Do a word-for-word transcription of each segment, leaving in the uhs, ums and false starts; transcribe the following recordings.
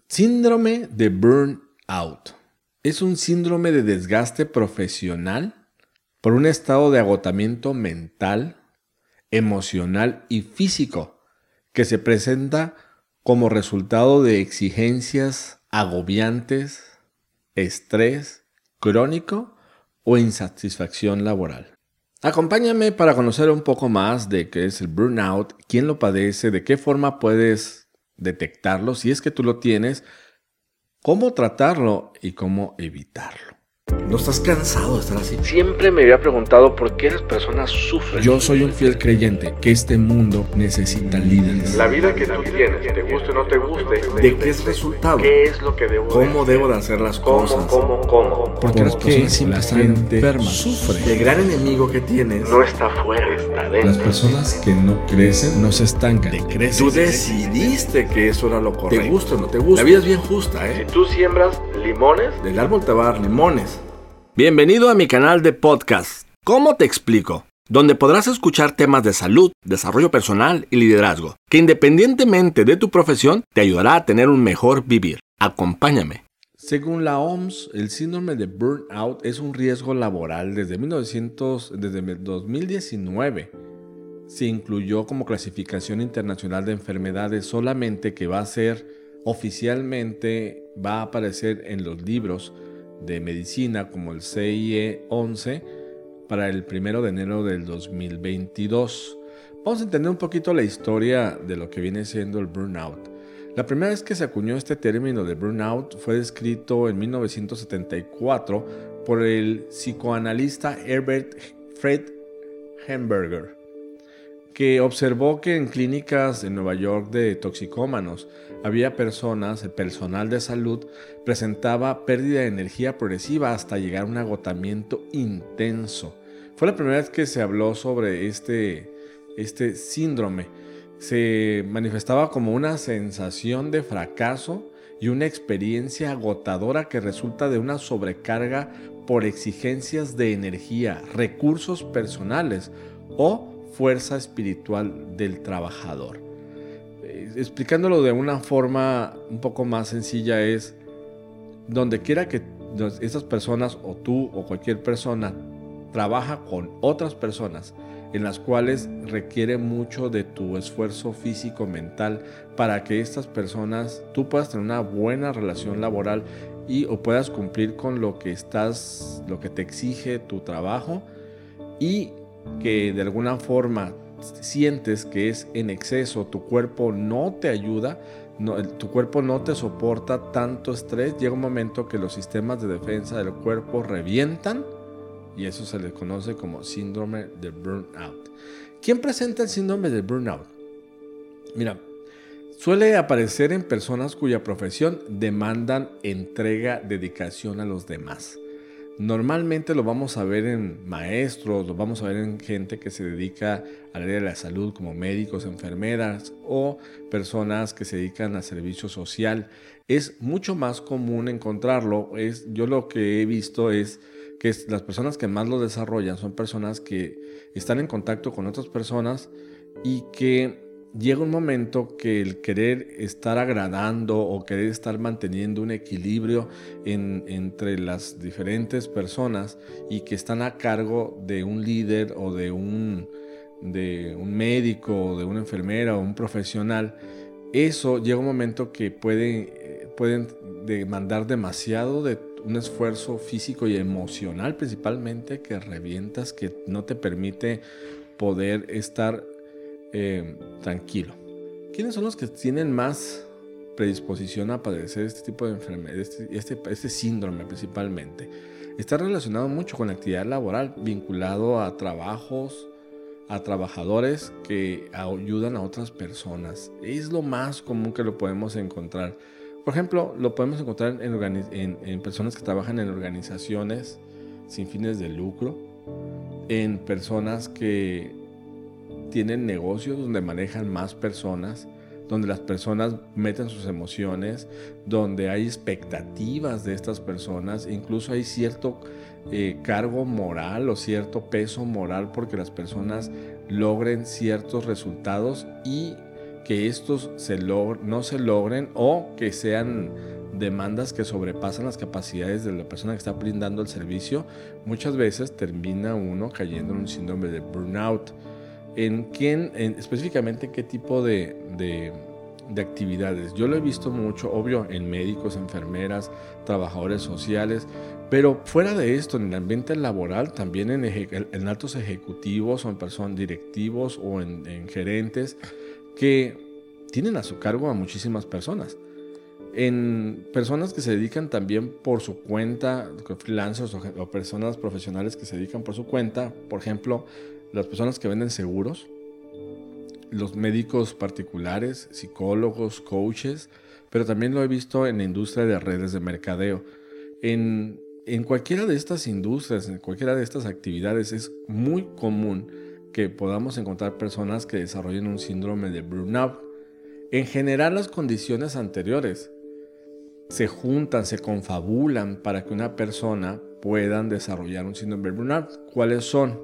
Síndrome de burnout. Es un síndrome de desgaste profesional por un estado de agotamiento mental, emocional y físico que se presenta como resultado de exigencias agobiantes, estrés crónico o insatisfacción laboral. Acompáñame para conocer un poco más de qué es el burnout, quién lo padece, de qué forma puedes detectarlo, si es que tú lo tienes, cómo tratarlo y cómo evitarlo. ¿No estás cansado de estar así? Siempre me había preguntado por qué las personas sufren. Yo soy un fiel creyente que este mundo necesita líderes. La vida que tú tienes, te guste o no te guste, ¿De qué es resultado? ¿qué es lo que debo ¿Cómo debo de hacer las ¿Cómo, cosas? cómo, cómo? Porque las personas siempre la están gente enfermas. sufre. El gran enemigo que tienes, No está afuera, está dentro. las personas que no crecen, no se estancan. Decrecen. Tú decidiste que eso era lo correcto. Te gusta o no te gusta. La vida es bien justa, Si ¿eh? tú siembras limones, Del árbol te va a dar limones. Bienvenido a mi canal de podcast, ¿Cómo te explico? Donde podrás escuchar temas de salud, desarrollo personal y liderazgo, que independientemente de tu profesión, te ayudará a tener un mejor vivir. Acompáñame. Según la O M S, el síndrome de burnout es un riesgo laboral desde, mil novecientos, desde dos mil diecinueve. Se incluyó como clasificación internacional de enfermedades, solamente que va a ser oficialmente, va a aparecer en los libros de medicina como el C I E once para el primero de enero del dos mil veintidós. Vamos a entender un poquito la historia de lo que viene siendo el burnout. La primera vez que se acuñó este término de burnout fue descrito en mil novecientos setenta y cuatro por el psicoanalista Herbert Fred Hamburger, que observó que en clínicas en Nueva York de toxicómanos había personas, el personal de salud presentaba pérdida de energía progresiva hasta llegar a un agotamiento intenso. Fue la primera vez que se habló sobre este, este síndrome. Se manifestaba como una sensación de fracaso y una experiencia agotadora que resulta de una sobrecarga por exigencias de energía, recursos personales o fuerza espiritual del trabajador. Eh, explicándolo de una forma un poco más sencilla es, donde quiera que estas personas o tú o cualquier persona trabaja con otras personas en las cuales requiere mucho de tu esfuerzo físico, mental, para que estas personas, tú puedas tener una buena relación laboral y o puedas cumplir con lo que estás, lo que te exige tu trabajo, y que de alguna forma sientes que es en exceso, tu cuerpo no te ayuda, no, tu cuerpo no te soporta tanto estrés, llega un momento que los sistemas de defensa del cuerpo revientan y eso se le conoce como síndrome de burnout. ¿Quién presenta el síndrome de burnout? Mira, suele aparecer en personas cuya profesión demandan entrega, dedicación a los demás. Normalmente lo vamos a ver en maestros, lo vamos a ver en gente que se dedica al área de la salud como médicos, enfermeras o personas que se dedican a servicio social. Es mucho más común encontrarlo. Es, yo lo que he visto es que es, las personas que más lo desarrollan son personas que están en contacto con otras personas y que llega un momento que el querer estar agradando o querer estar manteniendo un equilibrio en, entre las diferentes personas y que están a cargo de un líder o de un, de un médico o de una enfermera o un profesional, eso llega un momento que puede, pueden demandar demasiado de un esfuerzo físico y emocional principalmente, que revientas, que no te permite poder estar Eh, tranquilo. ¿Quiénes son los que tienen más predisposición a padecer este tipo de enfermedad, este, este, este síndrome principalmente? Está relacionado mucho con la actividad laboral, vinculado a trabajos, a trabajadores que ayudan a otras personas. Es lo más común que lo podemos encontrar. Por ejemplo, lo podemos encontrar en, organiz- en, en personas que trabajan en organizaciones sin fines de lucro, en personas que tienen negocios donde manejan más personas, donde las personas meten sus emociones, donde hay expectativas de estas personas, incluso hay cierto eh, cargo moral o cierto peso moral porque las personas logren ciertos resultados y que estos se log- no se logren o que sean demandas que sobrepasan las capacidades de la persona que está brindando el servicio, muchas veces termina uno cayendo en un síndrome de burnout. ¿En quién, en, específicamente qué tipo de, de, de actividades? Yo lo he visto mucho, obvio, en médicos, enfermeras, trabajadores sociales, pero fuera de esto, en el ambiente laboral, también en, eje, en altos ejecutivos o en personas directivos o en, en gerentes que tienen a su cargo a muchísimas personas. En personas que se dedican también por su cuenta, freelancers o, o personas profesionales que se dedican por su cuenta, por ejemplo, las personas que venden seguros, los médicos particulares, psicólogos, coaches, pero también lo he visto en la industria de redes de mercadeo. En, en cualquiera de estas industrias, en cualquiera de estas actividades, es muy común que podamos encontrar personas que desarrollen un síndrome de burnout. En general, las condiciones anteriores se juntan, se confabulan para que una persona pueda desarrollar un síndrome de burnout. ¿Cuáles son?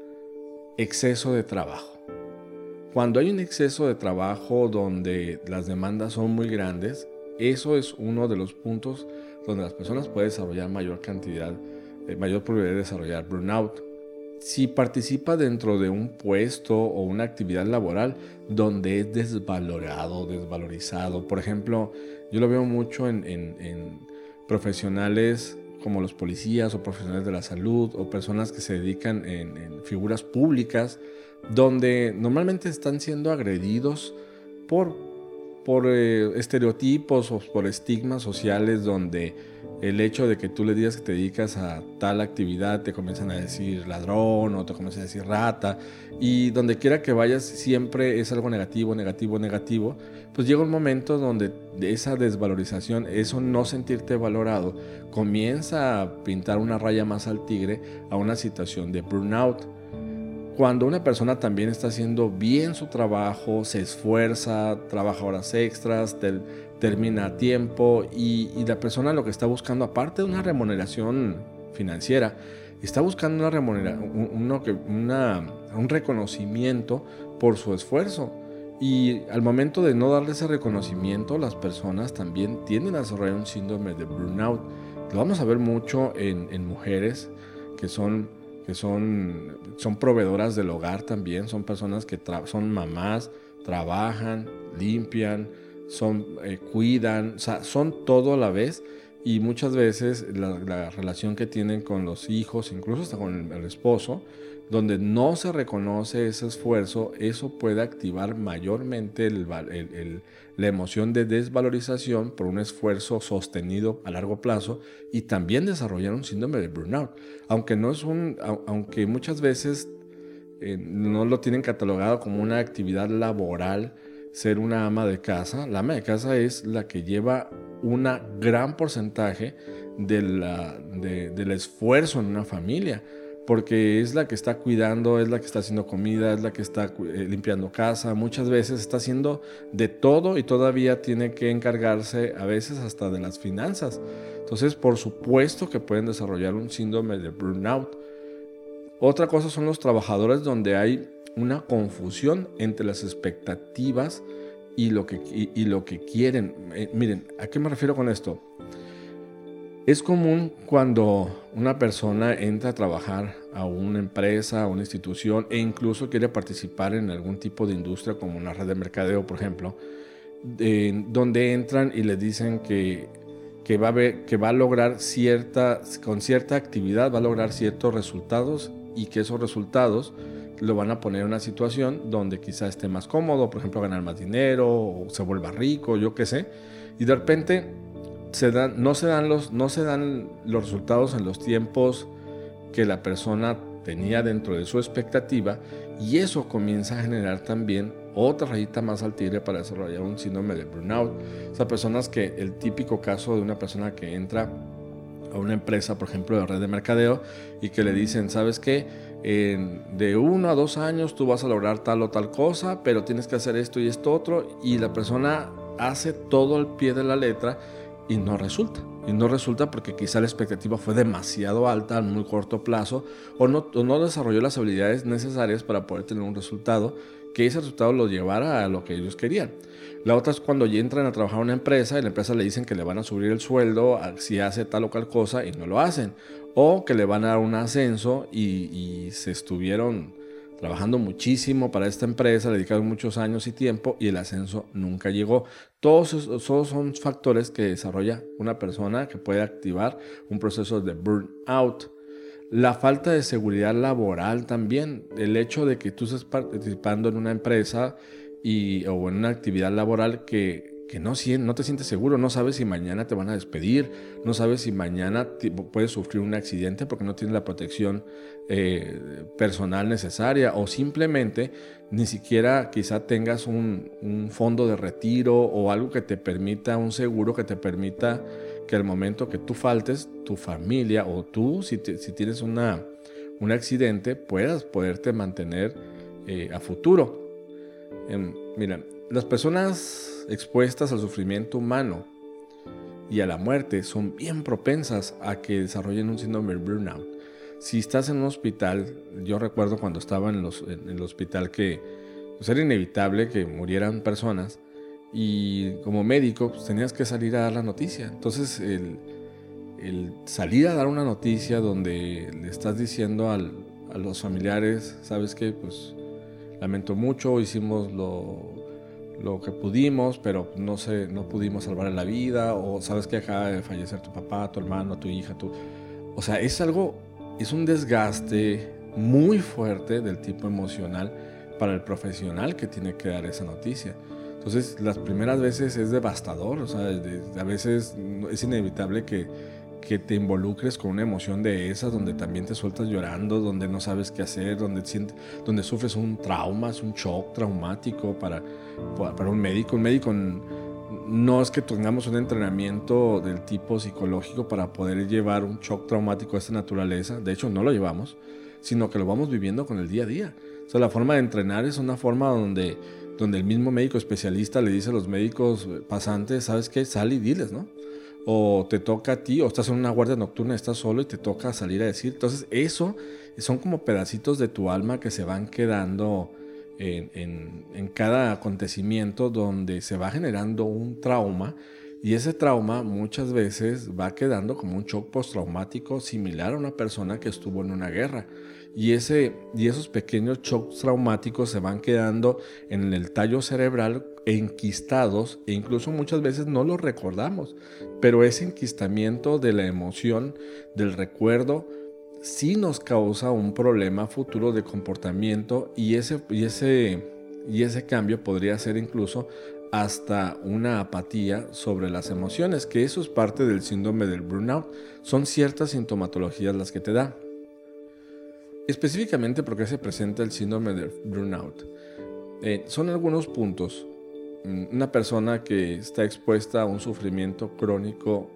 Exceso de trabajo. Cuando hay un exceso de trabajo donde las demandas son muy grandes, eso es uno de los puntos donde las personas pueden desarrollar mayor cantidad, eh, mayor probabilidad de desarrollar burnout. Si participa dentro de un puesto o una actividad laboral donde es desvalorado, desvalorizado, por ejemplo, yo lo veo mucho en, en, en profesionales como los policías o profesionales de la salud o personas que se dedican en, en figuras públicas donde normalmente están siendo agredidos por, por eh, estereotipos o por estigmas sociales donde el hecho de que tú le digas que te dedicas a tal actividad te comienzan a decir ladrón o te comienzan a decir rata, y donde quiera que vayas siempre es algo negativo, negativo, negativo. Pues llega un momento donde esa desvalorización, eso no sentirte valorado, comienza a pintar una raya más al tigre a una situación de burnout. Cuando una persona también está haciendo bien su trabajo, se esfuerza, trabaja horas extras, te, termina a tiempo y, y la persona lo que está buscando, aparte de una remuneración financiera, está buscando una remunera, un, uno que, una, un reconocimiento por su esfuerzo. Y al momento de no darle ese reconocimiento, las personas también tienden a desarrollar un síndrome de burnout. Lo vamos a ver mucho en, en mujeres que son... que son, son proveedoras del hogar también, son personas que tra- son mamás, trabajan, limpian, son, eh, cuidan, o sea, son todo a la vez, y muchas veces la, la relación que tienen con los hijos, incluso hasta con el, el esposo, donde no se reconoce ese esfuerzo, eso puede activar mayormente el, el, el, la emoción de desvalorización por un esfuerzo sostenido a largo plazo y también desarrollar un síndrome de burnout. Aunque, no es un, aunque muchas veces eh, no lo tienen catalogado como una actividad laboral, ser una ama de casa, la ama de casa es la que lleva un gran porcentaje de la, de, del esfuerzo en una familia, porque es la que está cuidando, es la que está haciendo comida, es la que está eh, limpiando casa, muchas veces está haciendo de todo y todavía tiene que encargarse a veces hasta de las finanzas. Entonces, por supuesto que pueden desarrollar un síndrome de burnout. Otra cosa son los trabajadores donde hay una confusión entre las expectativas y lo que, y, y lo que quieren. Eh, miren, ¿a qué me refiero con esto? Es común cuando una persona entra a trabajar a una empresa, a una institución e incluso quiere participar en algún tipo de industria como una red de mercadeo, por ejemplo, de, donde entran y le dicen que, que, va a ver, que va a lograr cierta, con cierta actividad va a lograr ciertos resultados y que esos resultados lo van a poner en una situación donde quizá esté más cómodo, por ejemplo, ganar más dinero o se vuelva rico, yo qué sé, y de repente Se dan, no, se dan los, no se dan los resultados en los tiempos que la persona tenía dentro de su expectativa, y eso comienza a generar también otra rayita más al tigre para desarrollar un síndrome de burnout. O sea, personas que, el típico caso de una persona que entra a una empresa, por ejemplo, de red de mercadeo, y que le dicen, ¿sabes qué? En, de uno a dos años tú vas a lograr tal o tal cosa, pero tienes que hacer esto y esto otro, y la persona hace todo al pie de la letra, y no resulta, y no resulta porque quizá la expectativa fue demasiado alta a muy corto plazo, o no, o no desarrolló las habilidades necesarias para poder tener un resultado que ese resultado los llevara a lo que ellos querían. La otra es cuando ya entran a trabajar en una empresa y la empresa le dicen que le van a subir el sueldo si hace tal o cual cosa y no lo hacen. O que le van a dar un ascenso y, y se estuvieron trabajando muchísimo para esta empresa, le dedicaron muchos años y tiempo y el ascenso nunca llegó. Todos esos son factores que desarrolla una persona que puede activar un proceso de burnout. La falta de seguridad laboral también, el hecho de que tú estés participando en una empresa y, o en una actividad laboral que, que no, no te sientes seguro, no sabes si mañana te van a despedir, no sabes si mañana puedes sufrir un accidente porque no tienes la protección eh, personal necesaria, o simplemente ni siquiera quizá tengas un, un fondo de retiro o algo que te permita, un seguro que te permita que al momento que tú faltes, tu familia o tú, si, te, si tienes una, un accidente, puedas poderte mantener eh, a futuro. Eh, mira, las personas expuestas al sufrimiento humano y a la muerte son bien propensas a que desarrollen un síndrome de burnout. Si estás en un hospital, yo recuerdo cuando estaba en, los, en el hospital que pues era inevitable que murieran personas, y como médico pues, tenías que salir a dar la noticia. Entonces el, el salir a dar una noticia donde le estás diciendo al, a los familiares, ¿sabes qué? Pues lamento mucho, hicimos lo, lo que pudimos, pero no sé, no pudimos salvar la vida, o sabes que acaba de fallecer tu papá, tu hermano, tu hija, tu... O sea, es algo, es un desgaste muy fuerte del tipo emocional para el profesional que tiene que dar esa noticia. Entonces, las primeras veces es devastador, o sea, de, a veces es inevitable que, que te involucres con una emoción de esas, donde también te sueltas llorando, donde no sabes qué hacer, donde, sientes, donde sufres un trauma, es un shock traumático para, para un médico. Un médico no es que tengamos un entrenamiento del tipo psicológico para poder llevar un shock traumático de esta naturaleza, de hecho no lo llevamos, sino que lo vamos viviendo con el día a día. O sea, la forma de entrenar es una forma donde... donde el mismo médico especialista le dice a los médicos pasantes, ¿sabes qué? Sal y diles, ¿no? O te toca a ti, o estás en una guardia nocturna, estás solo y te toca salir a decir. Entonces eso son como pedacitos de tu alma que se van quedando en, en, en cada acontecimiento, donde se va generando un trauma, y ese trauma muchas veces va quedando como un shock postraumático similar a una persona que estuvo en una guerra. Y, ese, y esos pequeños shocks traumáticos se van quedando en el tallo cerebral enquistados, e incluso muchas veces no los recordamos, pero ese enquistamiento de la emoción, del recuerdo, sí nos causa un problema futuro de comportamiento, y ese, y ese, y ese cambio podría ser incluso hasta una apatía sobre las emociones, que eso es parte del síndrome del burnout. Son ciertas sintomatologías las que te da. Específicamente, ¿por qué se presenta el síndrome del burnout? Eh, son algunos puntos. Una persona que está expuesta a un sufrimiento crónico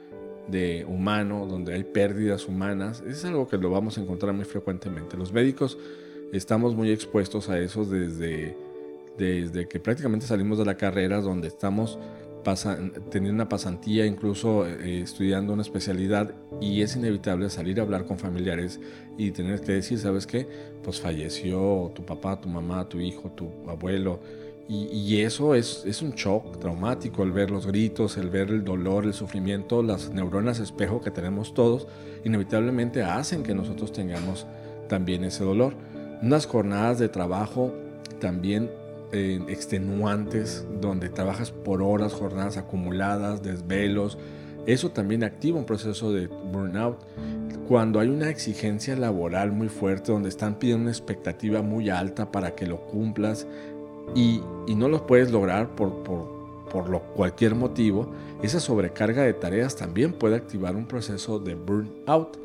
de humano, donde hay pérdidas humanas, es algo que lo vamos a encontrar muy frecuentemente. Los médicos estamos muy expuestos a eso desde, desde que prácticamente salimos de la carrera, donde estamos pasan, teniendo una pasantía, incluso eh, estudiando una especialidad, y es inevitable salir a hablar con familiares y tener que decir, ¿sabes qué? Pues falleció tu papá, tu mamá, tu hijo, tu abuelo, y, y eso es, es un shock traumático, el ver los gritos, el ver el dolor, el sufrimiento. Las neuronas espejo que tenemos todos inevitablemente hacen que nosotros tengamos también ese dolor. Unas jornadas de trabajo también Eh, extenuantes, donde trabajas por horas, jornadas acumuladas, desvelos, eso también activa un proceso de burnout. Cuando hay una exigencia laboral muy fuerte, donde están pidiendo una expectativa muy alta para que lo cumplas y, y no lo puedes lograr por, por, por lo, cualquier motivo, esa sobrecarga de tareas también puede activar un proceso de burnout.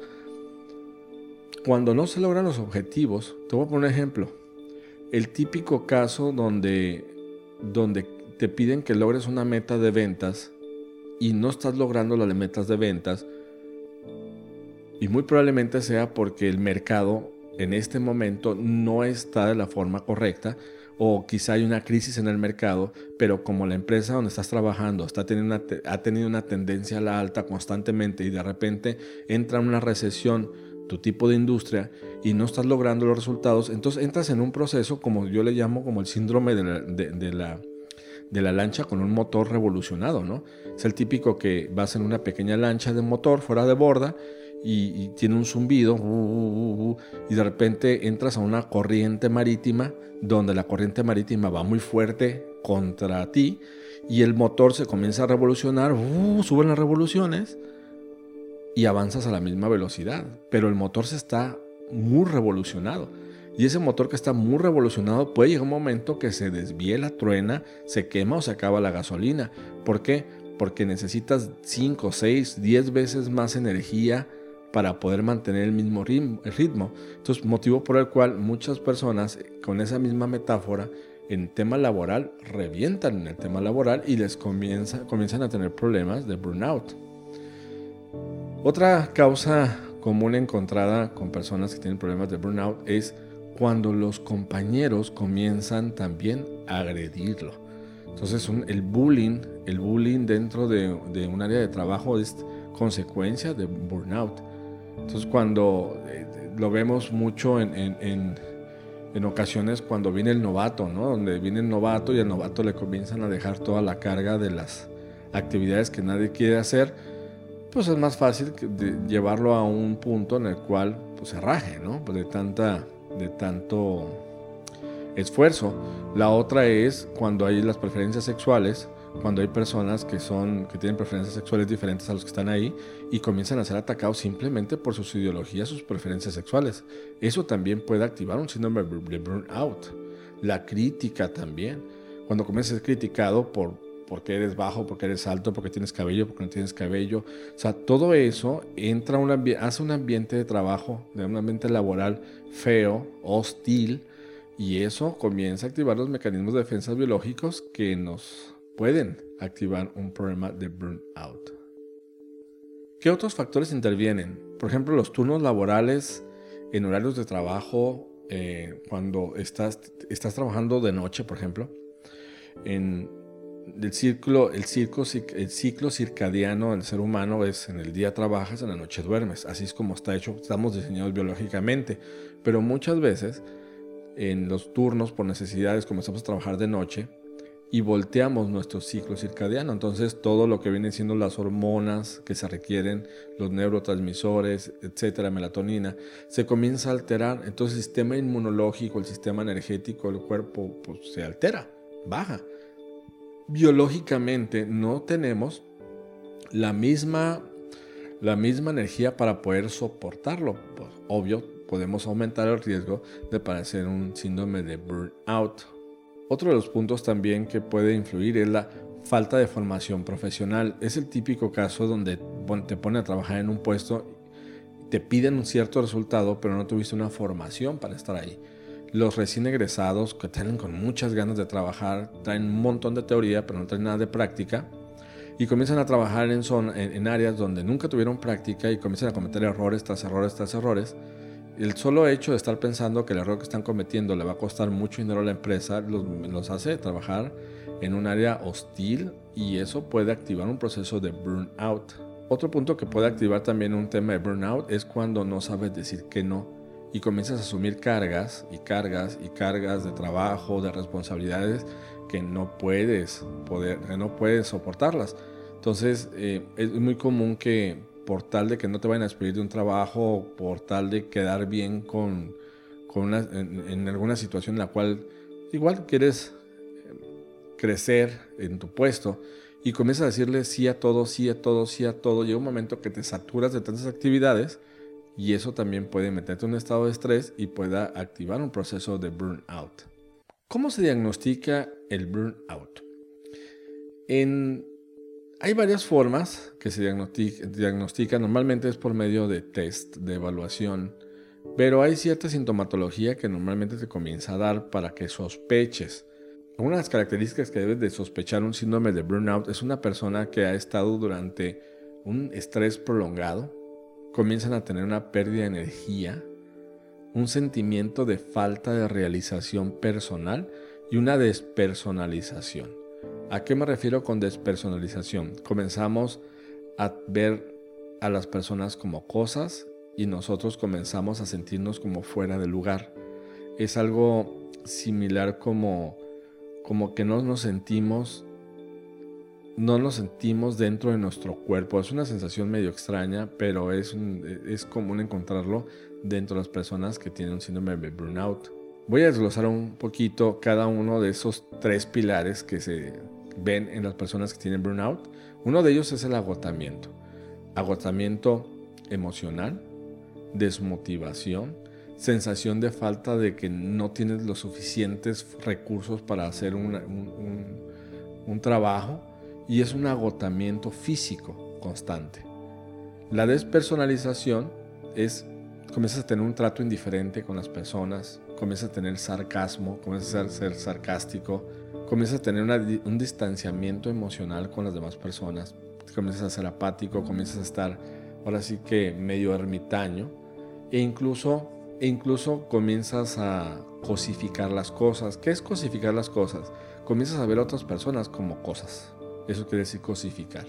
Cuando no se logran los objetivos, te voy a poner un ejemplo. El típico caso donde, donde te piden que logres una meta de ventas y no estás logrando las metas de ventas, y muy probablemente sea porque el mercado en este momento no está de la forma correcta, o quizá hay una crisis en el mercado, pero como la empresa donde estás trabajando está teniendo una, ha tenido una tendencia a la alta constantemente y de repente entra en una recesión tu tipo de industria y no estás logrando los resultados, entonces entras en un proceso como yo le llamo como el síndrome de la, de, de la, de la lancha con un motor revolucionado, ¿no? Es el típico que vas en una pequeña lancha de motor fuera de borda y, y tiene un zumbido uh, uh, uh, y de repente entras a una corriente marítima donde la corriente marítima va muy fuerte contra ti y el motor se comienza a revolucionar, uh, suben las revoluciones y avanzas a la misma velocidad, pero el motor se está muy revolucionado. Y ese motor que está muy revolucionado puede llegar un momento que se desvíe la truena, se quema o se acaba la gasolina. ¿Por qué? Porque necesitas cinco, seis, diez veces más energía para poder mantener el mismo ritmo. Entonces, motivo por el cual muchas personas con esa misma metáfora en tema laboral revientan en el tema laboral y les comienza, comienzan a tener problemas de burnout. Otra causa común encontrada con personas que tienen problemas de burnout es cuando los compañeros comienzan también a agredirlo. Entonces un, el bullying, el bullying dentro de, de un área de trabajo es consecuencia de burnout. Entonces cuando eh, lo vemos mucho en, en, en, en ocasiones cuando viene el novato, ¿no? Donde viene el novato y al novato le comienzan a dejar toda la carga de las actividades que nadie quiere hacer, pues es más fácil de llevarlo a un punto en el cual pues, se raje, ¿no? Pues de, tanta, de tanto esfuerzo. La otra es cuando hay las preferencias sexuales, cuando hay personas que, son, que tienen preferencias sexuales diferentes a los que están ahí y comienzan a ser atacados simplemente por sus ideologías, sus preferencias sexuales. Eso también puede activar un síndrome de burnout. La crítica también. Cuando comienzas a ser criticado por porque eres bajo, porque eres alto, porque tienes cabello, porque no tienes cabello. O sea, todo eso entra un ambi- hace un ambiente de trabajo, de un ambiente laboral feo, hostil, y eso comienza a activar los mecanismos de defensa biológicos que nos pueden activar un problema de burnout. ¿Qué otros factores intervienen? Por ejemplo, los turnos laborales en horarios de trabajo, eh, cuando estás, estás trabajando de noche, por ejemplo, en El ciclo, el, ciclo, el ciclo circadiano del ser humano es en el día trabajas, en la noche duermes. Así es como está hecho, estamos diseñados biológicamente. Pero muchas veces en los turnos por necesidades comenzamos a trabajar de noche y volteamos nuestro ciclo circadiano. Entonces todo lo que vienen siendo las hormonas que se requieren, los neurotransmisores, etcétera, melatonina, se comienza a alterar. Entonces el sistema inmunológico, el sistema energético del cuerpo pues, se altera, baja. Biológicamente no tenemos la misma, la misma energía para poder soportarlo. Pues, obvio, podemos aumentar el riesgo de padecer un síndrome de burnout. Otro de los puntos también que puede influir es la falta de formación profesional. Es el típico caso donde te ponen a trabajar en un puesto, te piden un cierto resultado, pero no tuviste una formación para estar ahí. Los recién egresados que tienen con muchas ganas de trabajar, traen un montón de teoría, pero no traen nada de práctica y comienzan a trabajar en, zona, en, en áreas donde nunca tuvieron práctica y comienzan a cometer errores tras errores tras errores. El solo hecho de estar pensando que el error que están cometiendo le va a costar mucho dinero a la empresa los, los hace trabajar en un área hostil y eso puede activar un proceso de burnout. Otro punto que puede activar también un tema de burnout es cuando no sabes decir que no y comienzas a asumir cargas y cargas y cargas de trabajo, de responsabilidades que no puedes poder, que no puedes soportarlas. Entonces eh, es muy común que por tal de que no te vayan a despedir de un trabajo, por tal de quedar bien con, con una, en, en alguna situación en la cual igual quieres crecer en tu puesto y comienzas a decirle sí a todo, sí a todo, sí a todo, llega un momento que te saturas de tantas actividades y eso también puede meterte en un estado de estrés y pueda activar un proceso de burnout. ¿Cómo se diagnostica el burnout? En, hay varias formas que se diagnostica, diagnostican. Normalmente es por medio de test, de evaluación, pero hay cierta sintomatología que normalmente te comienza a dar para que sospeches. Una de las características que debes de sospechar un síndrome de burnout es una persona que ha estado durante un estrés prolongado. Comienzan a tener una pérdida de energía, un sentimiento de falta de realización personal y una despersonalización. ¿A qué me refiero con despersonalización? Comenzamos a ver a las personas como cosas y nosotros comenzamos a sentirnos como fuera de lugar. Es algo similar como, como que no nos sentimos, no nos sentimos dentro de nuestro cuerpo. Es una sensación medio extraña, pero es, un, es común encontrarlo dentro de las personas que tienen un síndrome de burnout. Voy a desglosar un poquito cada uno de esos tres pilares que se ven en las personas que tienen burnout. Uno de ellos es el agotamiento. Agotamiento emocional, desmotivación, sensación de falta de que no tienes los suficientes recursos para hacer una, un, un, un trabajo, y es un agotamiento físico constante. La despersonalización es, comienzas a tener un trato indiferente con las personas, comienzas a tener sarcasmo, comienzas a ser sarcástico, comienzas a tener una, un distanciamiento emocional con las demás personas, comienzas a ser apático, comienzas a estar ahora sí que medio ermitaño, e incluso, e incluso comienzas a cosificar las cosas. ¿Qué es cosificar las cosas? Comienzas a ver a otras personas como cosas. Eso quiere decir cosificar.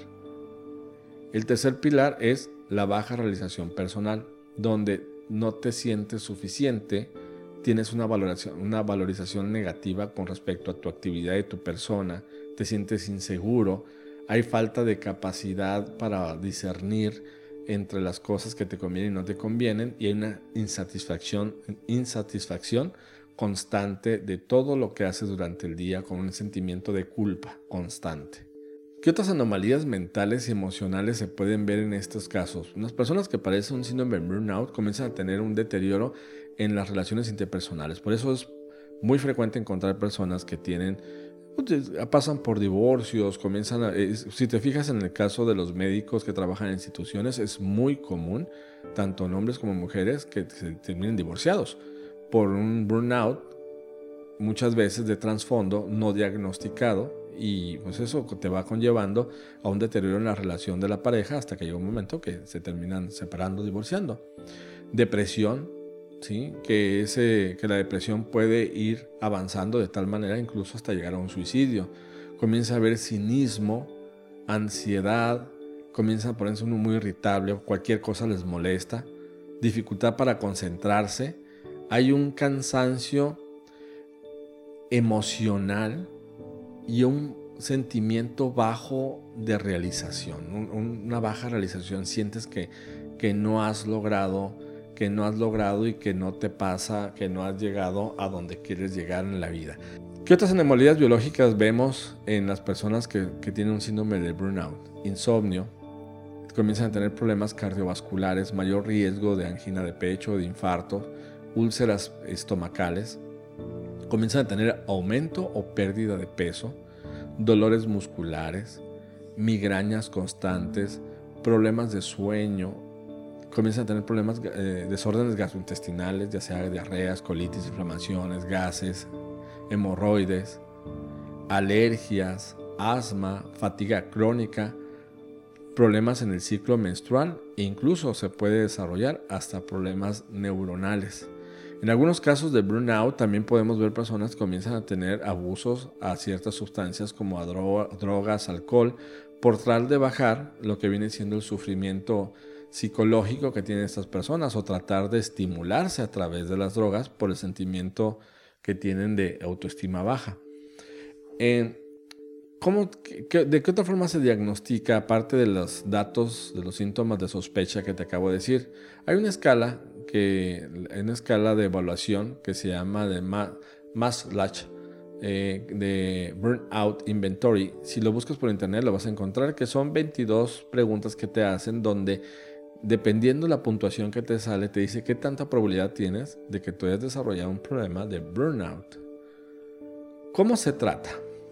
El tercer pilar es la baja realización personal, donde no te sientes suficiente, tienes una valoración, una valorización negativa con respecto a tu actividad y tu persona, te sientes inseguro, hay falta de capacidad para discernir entre las cosas que te convienen y no te convienen, y hay una insatisfacción, insatisfacción constante de todo lo que haces durante el día, con un sentimiento de culpa constante. ¿Qué otras anomalías mentales y emocionales se pueden ver en estos casos? Las personas que padecen un síndrome de burnout comienzan a tener un deterioro en las relaciones interpersonales. Por eso es muy frecuente encontrar personas que tienen, pasan por divorcios, comienzan a, es, si te fijas en el caso de los médicos que trabajan en instituciones, es muy común, tanto en hombres como mujeres, que se terminen divorciados por un burnout, muchas veces de trasfondo no diagnosticado, y pues eso te va conllevando a un deterioro en la relación de la pareja hasta que llega un momento que se terminan separando, divorciando. Depresión, ¿sí? que, ese, que la depresión puede ir avanzando de tal manera incluso hasta llegar a un suicidio. Comienza a haber cinismo, ansiedad, comienza a ponerse uno muy irritable, cualquier cosa les molesta, dificultad para concentrarse, hay un cansancio emocional y un sentimiento bajo de realización, un, una baja realización. Sientes que, que no has logrado, que no has logrado y que no te pasa, que no has llegado a donde quieres llegar en la vida. ¿Qué otras anomalías biológicas vemos en las personas que, que tienen un síndrome de burnout? Insomnio, comienzan a tener problemas cardiovasculares, mayor riesgo de angina de pecho, de infarto, úlceras estomacales, comienzan a tener aumento o pérdida de peso, dolores musculares, migrañas constantes, problemas de sueño, comienzan a tener problemas, eh, desórdenes gastrointestinales, ya sea diarreas, colitis, inflamaciones, gases, hemorroides, alergias, asma, fatiga crónica, problemas en el ciclo menstrual, e incluso se puede desarrollar hasta problemas neuronales. En algunos casos de burnout también podemos ver personas que comienzan a tener abusos a ciertas sustancias como a dro- drogas, alcohol, por tratar de bajar lo que viene siendo el sufrimiento psicológico que tienen estas personas, o tratar de estimularse a través de las drogas por el sentimiento que tienen de autoestima baja. Eh, ¿cómo, qué, ¿De qué otra forma se diagnostica, aparte de los datos, de los síntomas de sospecha que te acabo de decir? Hay una escala que una escala de evaluación que se llama de Maslach, eh, de Burnout Inventory. Si lo buscas por internet lo vas a encontrar, que son veintidós preguntas que te hacen, donde dependiendo la puntuación que te sale te dice qué tanta probabilidad tienes de que tú hayas desarrollado un problema de burnout. ¿Cómo se trata?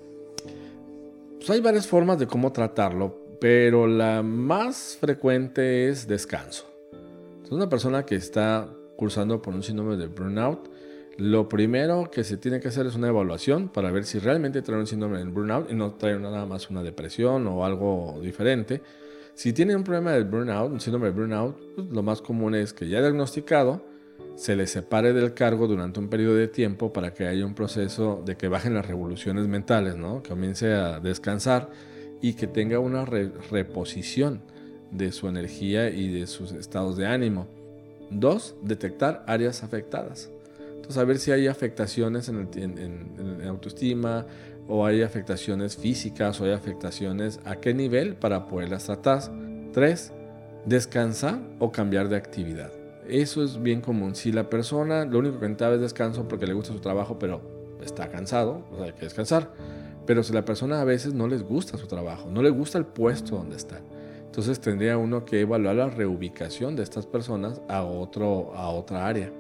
Pues hay varias formas de cómo tratarlo, pero la más frecuente es descanso. Una persona que está cursando por un síndrome de burnout, lo primero que se tiene que hacer es una evaluación para ver si realmente trae un síndrome de burnout y no trae nada más una depresión o algo diferente. Si tiene un problema de burnout, un síndrome de burnout, pues lo más común es que ya diagnosticado, se le separe del cargo durante un periodo de tiempo para que haya un proceso de que bajen las revoluciones mentales, ¿no? Que comience a descansar y que tenga una re- reposición de su energía y de sus estados de ánimo. Dos, detectar áreas afectadas. Entonces, a ver si hay afectaciones en, el, en, en, en autoestima, o hay afectaciones físicas, o hay afectaciones a qué nivel para poderlas tratar. Tres, descansar o cambiar de actividad. Eso es bien común. Si la persona lo único que necesita es descanso porque le gusta su trabajo, pero está cansado, o sea, hay que descansar. Pero si la persona a veces no les gusta su trabajo, no le gusta el puesto donde están, entonces tendría uno que evaluar la reubicación de estas personas a, otro, a otra área.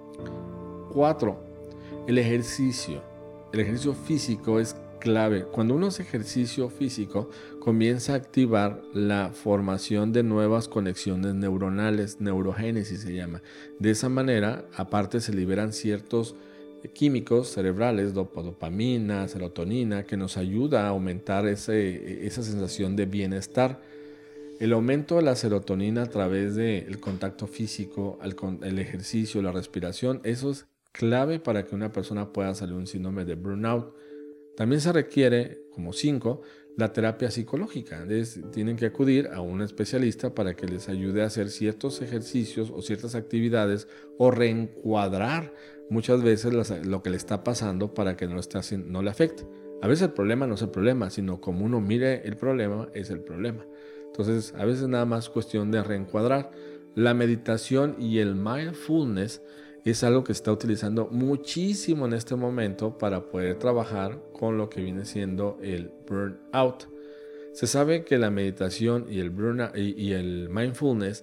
Cuatro, el ejercicio. El ejercicio físico es clave. Cuando uno hace ejercicio físico, comienza a activar la formación de nuevas conexiones neuronales, neurogénesis se llama. De esa manera, aparte se liberan ciertos químicos cerebrales, dopamina, serotonina, que nos ayuda a aumentar ese, esa sensación de bienestar. El aumento de la serotonina a través del contacto físico, el, el ejercicio, la respiración, eso es clave para que una persona pueda salir de un síndrome de burnout. También se requiere, como cinco, la terapia psicológica. Es, tienen que acudir a un especialista para que les ayude a hacer ciertos ejercicios o ciertas actividades o reencuadrar muchas veces las, lo que le está pasando para que no, esté, no le afecte. A veces el problema no es el problema, sino como uno mire el problema, es el problema. Entonces, a veces nada más cuestión de reencuadrar. La meditación y el mindfulness es algo que se está utilizando muchísimo en este momento para poder trabajar con lo que viene siendo el burnout. Se sabe que la meditación y el, burnout, y, y el mindfulness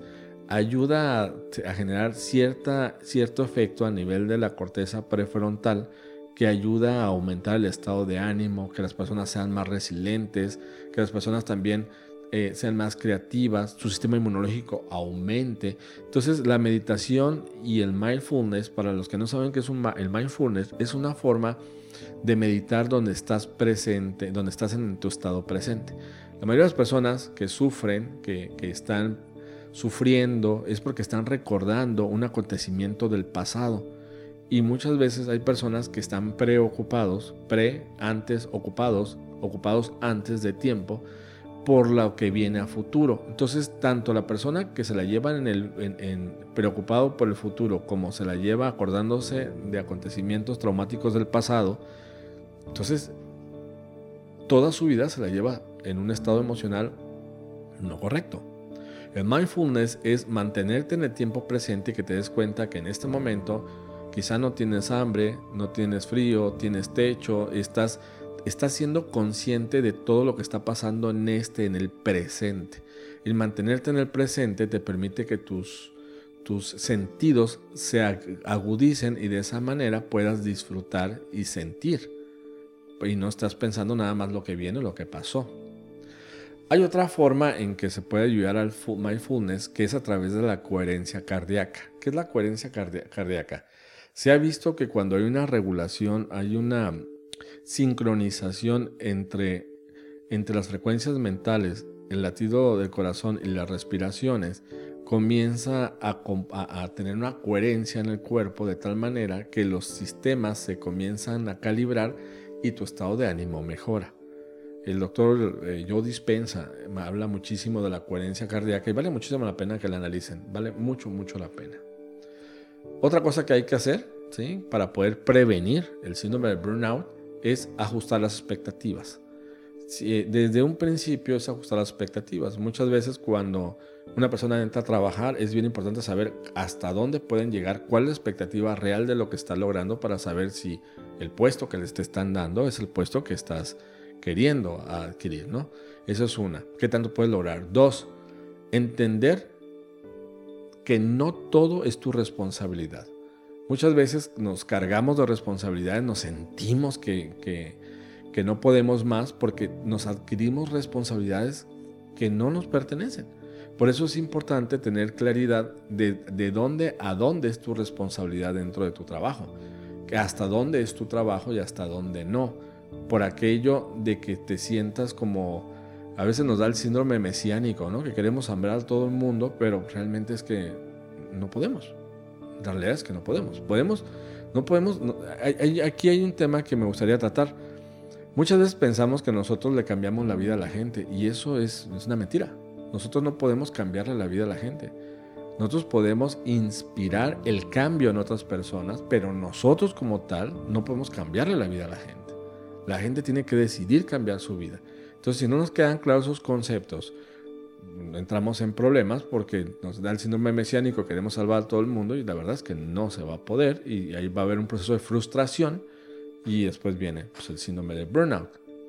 ayuda a, a generar cierta, cierto efecto a nivel de la corteza prefrontal que ayuda a aumentar el estado de ánimo, que las personas sean más resilientes, que las personas también Eh, sean más creativas, su sistema inmunológico aumente. Entonces la meditación y el mindfulness, para los que no saben qué es un, el mindfulness, es una forma de meditar donde estás presente, donde estás en tu estado presente. La mayoría de las personas que sufren, que, que están sufriendo, es porque están recordando un acontecimiento del pasado. Y muchas veces hay personas que están preocupados, pre, antes, ocupados, ocupados antes de tiempo, por lo que viene a futuro. Entonces, tanto la persona que se la lleva en el, en, en preocupado por el futuro, como se la lleva acordándose de acontecimientos traumáticos del pasado, entonces toda su vida se la lleva en un estado emocional no correcto. El mindfulness es mantenerte en el tiempo presente y que te des cuenta que en este momento quizá no tienes hambre, no tienes frío, tienes techo, estás Estás siendo consciente de todo lo que está pasando en este, en el presente. El mantenerte en el presente te permite que tus, tus sentidos se agudicen y de esa manera puedas disfrutar y sentir. Y no estás pensando nada más lo que viene o lo que pasó. Hay otra forma en que se puede ayudar al mindfulness, que es a través de la coherencia cardíaca. ¿Qué es la coherencia cardíaca? Se ha visto que cuando hay una regulación, hay una sincronización entre, entre las frecuencias mentales, el latido del corazón y las respiraciones, comienza a, a, a tener una coherencia en el cuerpo de tal manera que los sistemas se comienzan a calibrar y tu estado de ánimo mejora. El doctor eh, Joe Dispenza me habla muchísimo de la coherencia cardíaca y vale muchísimo la pena que la analicen, vale mucho, mucho la pena. Otra cosa que hay que hacer, ¿sí?, para poder prevenir el síndrome de burnout es ajustar las expectativas. Sí, desde un principio es ajustar las expectativas. Muchas veces cuando una persona entra a trabajar es bien importante saber hasta dónde pueden llegar, cuál es la expectativa real de lo que está logrando para saber si el puesto que les te están dando es el puesto que estás queriendo adquirir, ¿no? Eso es una. ¿Qué tanto puedes lograr? Dos, entender que no todo es tu responsabilidad. Muchas veces nos cargamos de responsabilidades, nos sentimos que, que, que no podemos más porque nos adquirimos responsabilidades que no nos pertenecen. Por eso es importante tener claridad de, de dónde a dónde es tu responsabilidad dentro de tu trabajo, que hasta dónde es tu trabajo y hasta dónde no. Por aquello de que te sientas como, a veces nos da el síndrome mesiánico, ¿no?, que queremos hambrar a todo el mundo, pero realmente es que no podemos. La realidad es que no podemos. Podemos, no podemos. No, hay, aquí hay un tema que me gustaría tratar. Muchas veces pensamos que nosotros le cambiamos la vida a la gente y eso es, es una mentira. Nosotros no podemos cambiarle la vida a la gente. Nosotros podemos inspirar el cambio en otras personas, pero nosotros como tal no podemos cambiarle la vida a la gente. La gente tiene que decidir cambiar su vida. Entonces, si no nos quedan claros esos conceptos, entramos en problemas porque nos da el síndrome mesiánico, queremos salvar a todo el mundo y la verdad es que no se va a poder y ahí va a haber un proceso de frustración y después viene pues, el síndrome de burnout.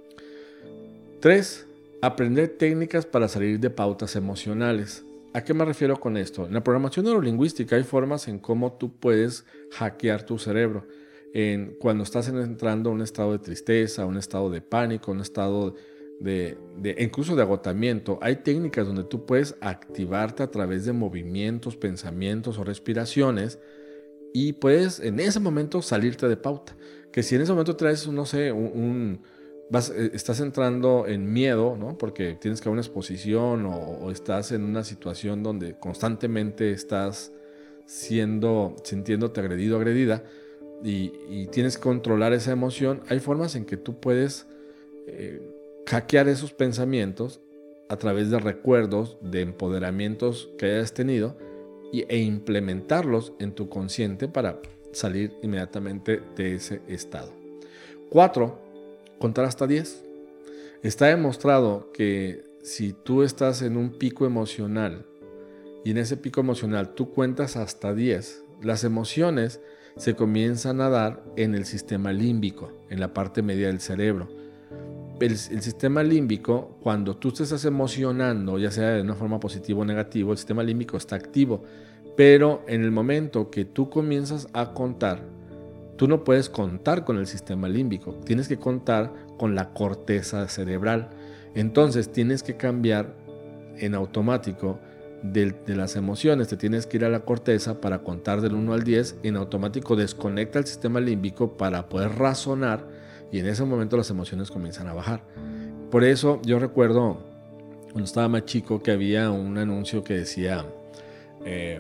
Tres, aprender técnicas para salir de pautas emocionales. ¿A qué me refiero con esto? En la programación neurolingüística hay formas en cómo tú puedes hackear tu cerebro. En, cuando estás entrando a un estado de tristeza, un estado de pánico, un estado de, de incluso de agotamiento, hay técnicas donde tú puedes activarte a través de movimientos, pensamientos o respiraciones y puedes en ese momento salirte de pauta. Que si en ese momento traes, no sé, un... un Vas, estás entrando en miedo, ¿no? Porque tienes que ir a una exposición o, o estás en una situación donde constantemente estás siendo, sintiéndote agredido o agredida y, y tienes que controlar esa emoción. Hay formas en que tú puedes eh, hackear esos pensamientos a través de recuerdos, de empoderamientos que hayas tenido y, e implementarlos en tu consciente para salir inmediatamente de ese estado. Cuatro, contar hasta diez. Está demostrado que si tú estás en un pico emocional y en ese pico emocional tú cuentas hasta diez, las emociones se comienzan a dar en el sistema límbico, en la parte media del cerebro. El, el sistema límbico, cuando tú te estás emocionando, ya sea de una forma positiva o negativa, el sistema límbico está activo, pero en el momento que tú comienzas a contar, tú no puedes contar con el sistema límbico, tienes que contar con la corteza cerebral. Entonces tienes que cambiar en automático de, de las emociones, te tienes que ir a la corteza para contar del uno al diez, en automático desconecta el sistema límbico para poder razonar y en ese momento las emociones comienzan a bajar. Por eso yo recuerdo cuando estaba más chico que había un anuncio que decía... Eh,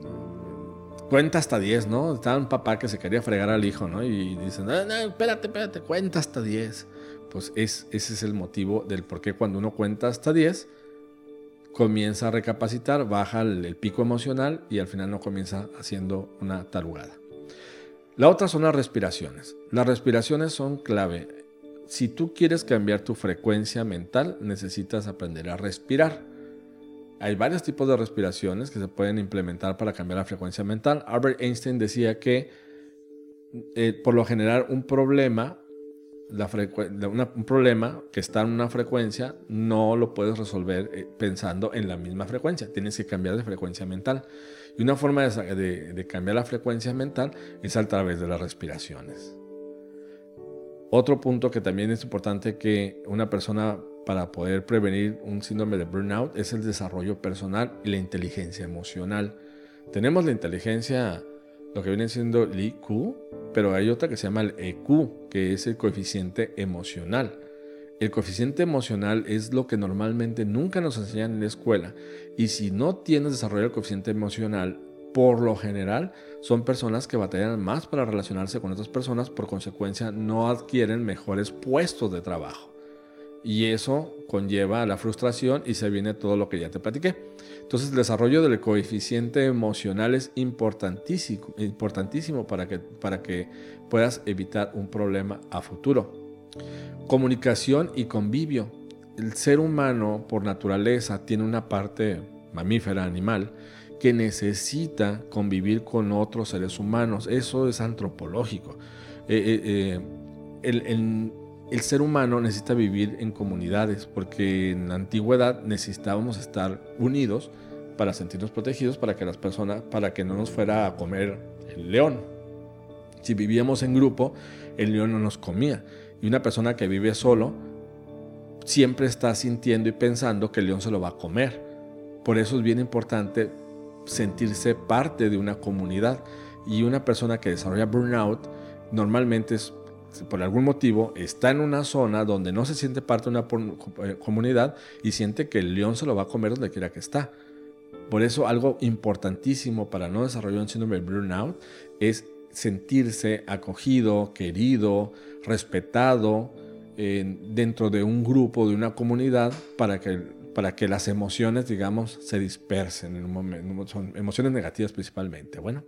cuenta hasta diez, ¿no? Estaba un papá que se quería fregar al hijo, ¿no? Y dicen, no, no, espérate, espérate, cuenta hasta diez. Pues es, ese es el motivo del por qué cuando uno cuenta hasta diez, comienza a recapacitar, baja el, el pico emocional y al final no comienza haciendo una tarugada. La otra son las respiraciones. Las respiraciones son clave. Si tú quieres cambiar tu frecuencia mental, necesitas aprender a respirar. Hay varios tipos de respiraciones que se pueden implementar para cambiar la frecuencia mental. Albert Einstein decía que eh, por lo general un problema, la frecu- una, un problema que está en una frecuencia no lo puedes resolver eh, pensando en la misma frecuencia. Tienes que cambiar de frecuencia mental. Y una forma de, de, de cambiar la frecuencia mental es a través de las respiraciones. Otro punto que también es importante que una persona para poder prevenir un síndrome de burnout es el desarrollo personal y la inteligencia emocional. Tenemos la inteligencia, lo que viene siendo el I Q, pero hay otra que se llama el E Q, que es el coeficiente emocional. El coeficiente emocional es lo que normalmente nunca nos enseñan en la escuela y si no tienes desarrollado el coeficiente emocional, por lo general son personas que batallan más para relacionarse con otras personas, por consecuencia no adquieren mejores puestos de trabajo. Y eso conlleva a la frustración y se viene todo lo que ya te platiqué. Entonces el desarrollo del coeficiente emocional es importantísimo, importantísimo para que, para que puedas evitar un problema a futuro. Comunicación y convivio. El ser humano por naturaleza tiene una parte mamífera, animal, que necesita convivir con otros seres humanos. Eso es antropológico. Eh, eh, eh, el, el, el ser humano necesita vivir en comunidades porque en la antigüedad necesitábamos estar unidos para sentirnos protegidos, para que las personas, para que no nos fuera a comer el león. Si vivíamos en grupo, el león no nos comía. Y una persona que vive solo siempre está sintiendo y pensando que el león se lo va a comer. Por eso es bien importante sentirse parte de una comunidad. Y una persona que desarrolla burnout normalmente es, por algún motivo, está en una zona donde no se siente parte de una comunidad y siente que el león se lo va a comer donde quiera que está. Por eso algo importantísimo para no desarrollar un síndrome de burnout es sentirse acogido, querido, respetado eh, dentro de un grupo, de una comunidad, para que para que las emociones, digamos, se dispersen en un momento. Son emociones negativas principalmente. Bueno,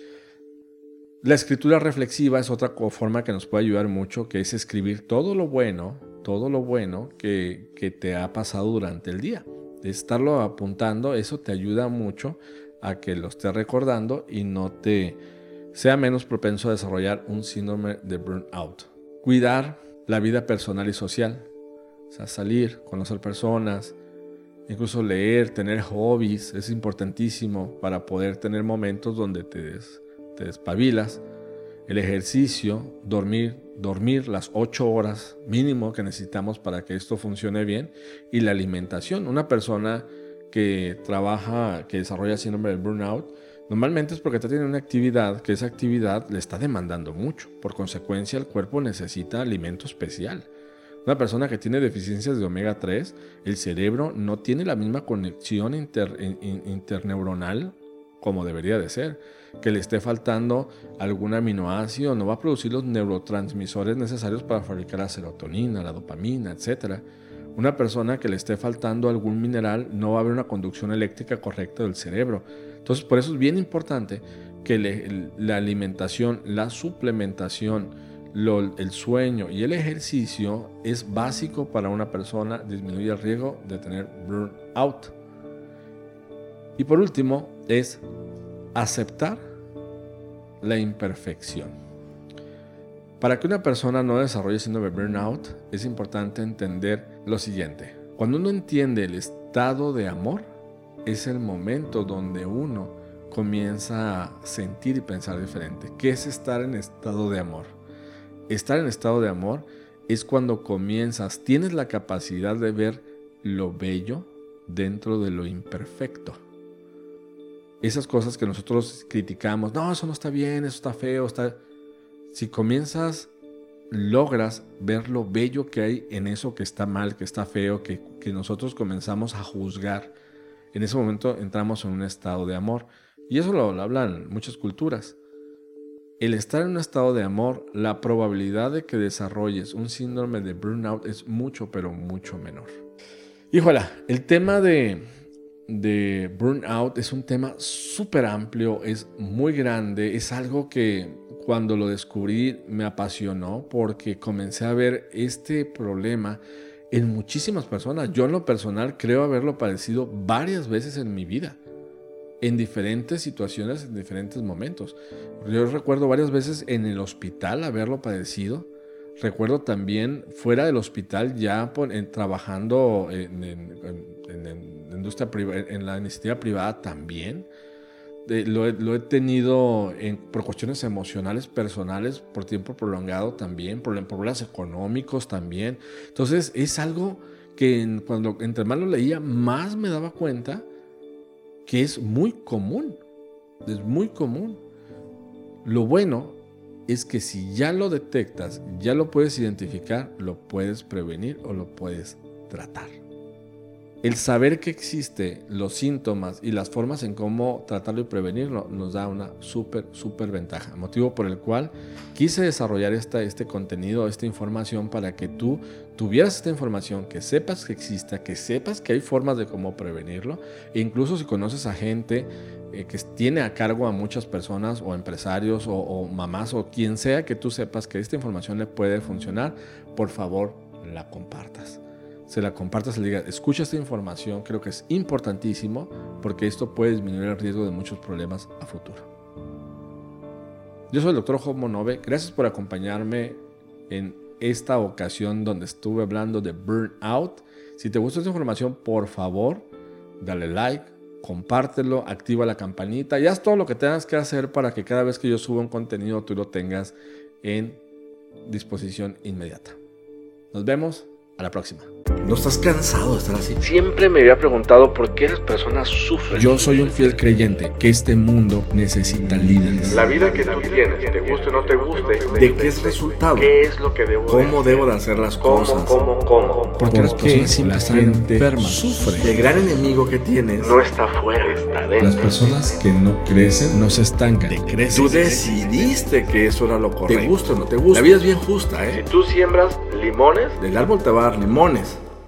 la escritura reflexiva es otra forma que nos puede ayudar mucho, que es escribir todo lo bueno, todo lo bueno que, que te ha pasado durante el día. Estarlo apuntando, eso te ayuda mucho a que lo estés recordando y no te sea menos propenso a desarrollar un síndrome de burnout. Cuidar la vida personal y social, o sea, salir, conocer personas, incluso leer, tener hobbies, es importantísimo para poder tener momentos donde te, des, te despabilas. El ejercicio, dormir, dormir las ocho horas mínimo que necesitamos para que esto funcione bien, y la alimentación. Una persona que trabaja, que desarrolla síndrome del burnout, normalmente es porque está teniendo una actividad, que esa actividad le está demandando mucho. Por consecuencia, el cuerpo necesita alimento especial. Una persona que tiene deficiencias de omega tres, el cerebro no tiene la misma conexión inter, in, interneuronal como debería de ser. Que le esté faltando algún aminoácido, no va a producir los neurotransmisores necesarios para fabricar la serotonina, la dopamina, etcétera. Una persona que le esté faltando algún mineral, no va a haber una conducción eléctrica correcta del cerebro. Entonces, por eso es bien importante que le, la alimentación, la suplementación, lo, el sueño y el ejercicio es básico para una persona, disminuye el riesgo de tener burnout. Y por último, es aceptar la imperfección. Para que una persona no desarrolle síndrome de burnout, es importante entender lo siguiente. Cuando uno entiende el estado de amor, es el momento donde uno comienza a sentir y pensar diferente. ¿Qué es estar en estado de amor? Estar en estado de amor es cuando comienzas, tienes la capacidad de ver lo bello dentro de lo imperfecto. Esas cosas que nosotros criticamos, no, eso no está bien, eso está feo, está... Si comienzas, logras ver lo bello que hay en eso que está mal, que está feo, que, que nosotros comenzamos a juzgar, en ese momento entramos en un estado de amor. Y eso lo, lo hablan muchas culturas. El estar en un estado de amor, la probabilidad de que desarrolles un síndrome de burnout es mucho, pero mucho menor. Híjole, el tema de... de burnout es un tema súper amplio, es muy grande, es algo que cuando lo descubrí me apasionó porque comencé a ver este problema en muchísimas personas. Yo en lo personal creo haberlo padecido varias veces en mi vida, en diferentes situaciones, en diferentes momentos. Yo recuerdo varias veces en el hospital haberlo padecido. Recuerdo también fuera del hospital ya por, en, trabajando en, en, en, en, industria priva, en la iniciativa privada también. Eh, lo, he, lo he tenido en, por cuestiones emocionales, personales, por tiempo prolongado también, por problemas económicos también. Entonces es algo que en, cuando entre más lo leía, más me daba cuenta que es muy común. Es muy común. Lo bueno es que si ya lo detectas, ya lo puedes identificar, lo puedes prevenir o lo puedes tratar. El saber que existen los síntomas y las formas en cómo tratarlo y prevenirlo nos da una súper, súper ventaja. Motivo por el cual quise desarrollar esta, este contenido, esta información para que tú tuvieras esta información, que sepas que exista, que sepas que hay formas de cómo prevenirlo. E incluso si conoces a gente eh, que tiene a cargo a muchas personas o empresarios o, o mamás o quien sea que tú sepas que esta información le puede funcionar, por favor la compartas. Se la compartas, se le diga, escucha esta información, creo que es importantísimo porque esto puede disminuir el riesgo de muchos problemas a futuro. Yo soy el doctor Job Monove, gracias por acompañarme en esta ocasión donde estuve hablando de burnout. Si te gustó esta información, por favor, dale like, compártelo, activa la campanita y haz todo lo que tengas que hacer para que cada vez que yo suba un contenido tú lo tengas en disposición inmediata. Nos vemos. A la próxima. ¿No estás cansado de estar así? Siempre me había preguntado por qué esas personas sufren. Yo soy un fiel creyente que este mundo necesita líderes. La vida que tú tienes, te guste o no te guste, ¿de qué es resultado? ¿Qué es lo que debo ¿Cómo debo de hacer las ¿Cómo, cosas? cómo, cómo? Porque las personas siempre la están gente enfermas. sufre. El gran enemigo que tienes, No está afuera, está dentro. Las personas que no crecen no se estancan. tú decidiste que eso era lo correcto. Te gusta o no te gusta. La vida es bien justa, Si ¿eh? tú siembras limones, Del árbol te va a dar limones.